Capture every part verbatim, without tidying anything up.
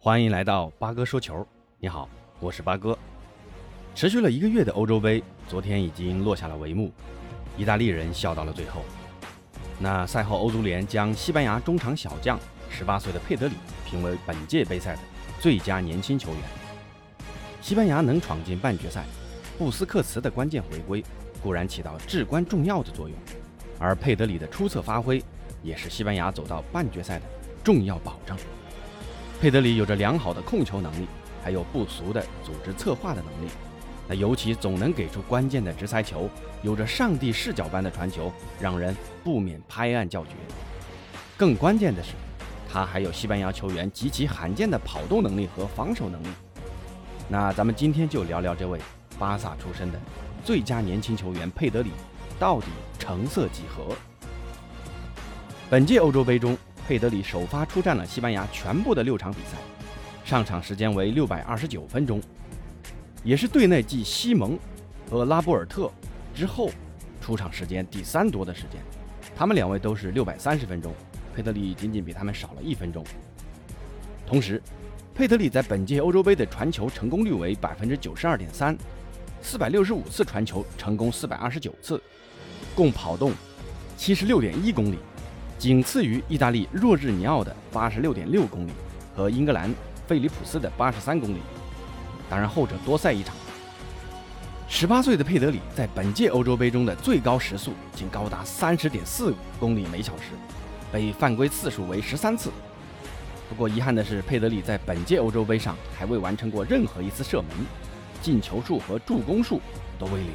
欢迎来到八哥说球。你好，我是八哥。持续了一个月的欧洲杯，昨天已经落下了帷幕，意大利人笑到了最后。那赛后，欧足联将西班牙中场小将十八岁的佩德里评为本届杯赛的最佳年轻球员。西班牙能闯进半决赛，布斯克茨的关键回归固然起到至关重要的作用，而佩德里的出色发挥也是西班牙走到半决赛的重要保障。佩德里有着良好的控球能力，还有不俗的组织策划的能力，那尤其总能给出关键的直塞球，有着上帝视角般的传球，让人不免拍案叫绝。更关键的是，他还有西班牙球员极其罕见的跑动能力和防守能力。那咱们今天就聊聊这位巴萨出身的最佳年轻球员佩德里到底成色几何。本届欧洲杯中，佩德里首发出战了西班牙全部的六场比赛，上场时间为六百二十九分钟，也是队内继西蒙和拉波尔特之后出场时间第三多的时间。他们两位都是六百三十分钟，佩德里仅仅比他们少了一分钟。同时，佩德里在本届欧洲杯的传球成功率为 百分之九十二点三， 四百六十五次传球成功四百二十九次，共跑动 七十六点一公里，仅次于意大利若日尼奥的 八十六点六公里和英格兰费里普斯的八十三公里，当然后者多赛一场。十八岁的佩德里在本届欧洲杯中的最高时速仅高达 三十点四公里每小时，被犯规次数为十三次。不过遗憾的是，佩德里在本届欧洲杯上还未完成过任何一次射门，进球数和助攻数都为零。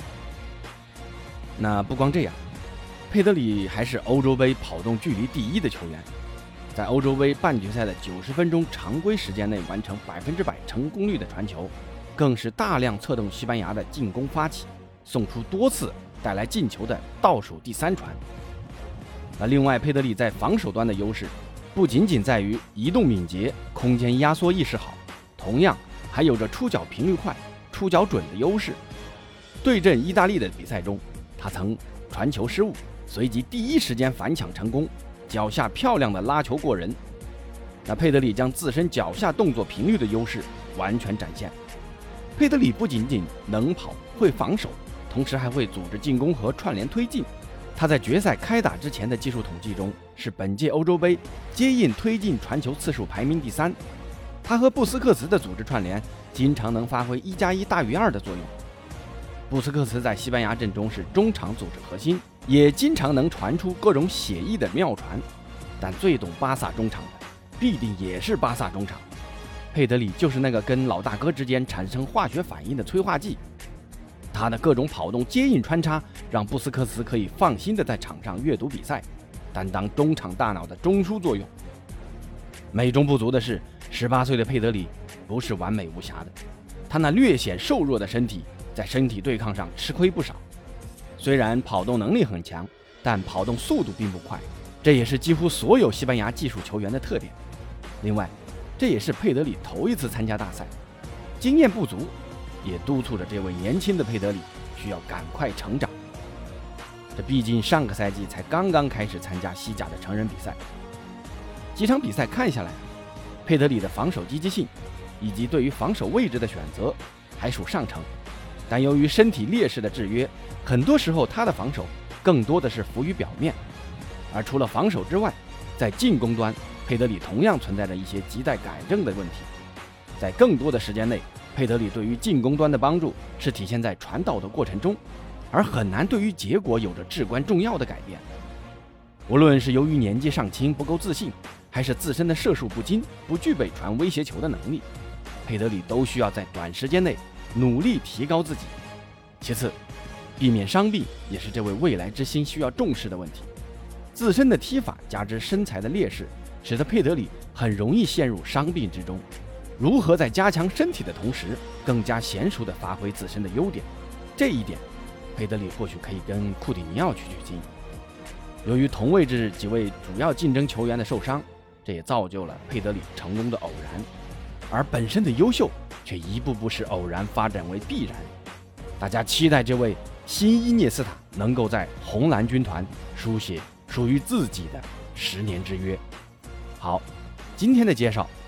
那不光这样，佩德里还是欧洲杯跑动距离第一的球员，在欧洲杯半决赛的九十分钟常规时间内完成百分之百成功率的传球，更是大量策动西班牙的进攻发起，送出多次带来进球的倒数第三传。那另外，佩德里在防守端的优势不仅仅在于移动敏捷、空间压缩意识好，同样还有着出脚频率快、出脚准的优势。对阵意大利的比赛中，他曾传球失误，随即第一时间反抢成功，脚下漂亮的拉球过人。那佩德里将自身脚下动作频率的优势完全展现。佩德里不仅仅能跑会防守，同时还会组织进攻和串联推进。他在决赛开打之前的技术统计中是本届欧洲杯接应推进传球次数排名第三。他和布斯克茨的组织串联经常能发挥一加一大于二的作用。布斯克茨在西班牙阵中是中场组织核心，也经常能传出各种写意的妙传。但最懂巴萨中场的必定也是巴萨中场，佩德里就是那个跟老大哥之间产生化学反应的催化剂。他的各种跑动接应穿插，让布斯克茨可以放心的在场上阅读比赛，担当中场大脑的中枢作用。美中不足的是，十八岁的佩德里不是完美无瑕的，他那略显瘦弱的身体在身体对抗上吃亏不少。虽然跑动能力很强，但跑动速度并不快，这也是几乎所有西班牙技术球员的特点。另外，这也是佩德里头一次参加大赛，经验不足，也督促着这位年轻的佩德里需要赶快成长。这毕竟上个赛季才刚刚开始参加西甲的成人比赛，几场比赛看下来，佩德里的防守积极性以及对于防守位置的选择还属上乘，但由于身体劣势的制约，很多时候他的防守更多的是浮于表面。而除了防守之外，在进攻端，佩德里同样存在着一些亟待改正的问题。在更多的时间内，佩德里对于进攻端的帮助是体现在传导的过程中，而很难对于结果有着至关重要的改变。无论是由于年纪尚轻不够自信，还是自身的射术不精，不具备传威胁球的能力，佩德里都需要在短时间内努力提高自己。其次，避免伤病也是这位未来之星需要重视的问题。自身的踢法加之身材的劣势，使得佩德里很容易陷入伤病之中。如何在加强身体的同时，更加娴熟地发挥自身的优点，这一点，佩德里或许可以跟库蒂尼奥取取经。由于同位置几位主要竞争球员的受伤，这也造就了佩德里成功的偶然，而本身的优秀却一步步使偶然发展为必然。大家期待这位新伊涅斯塔能够在红蓝军团书写属于自己的十年之约。好，今天的介绍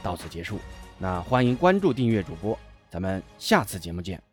到此结束。那欢迎关注订阅主播，咱们下次节目见。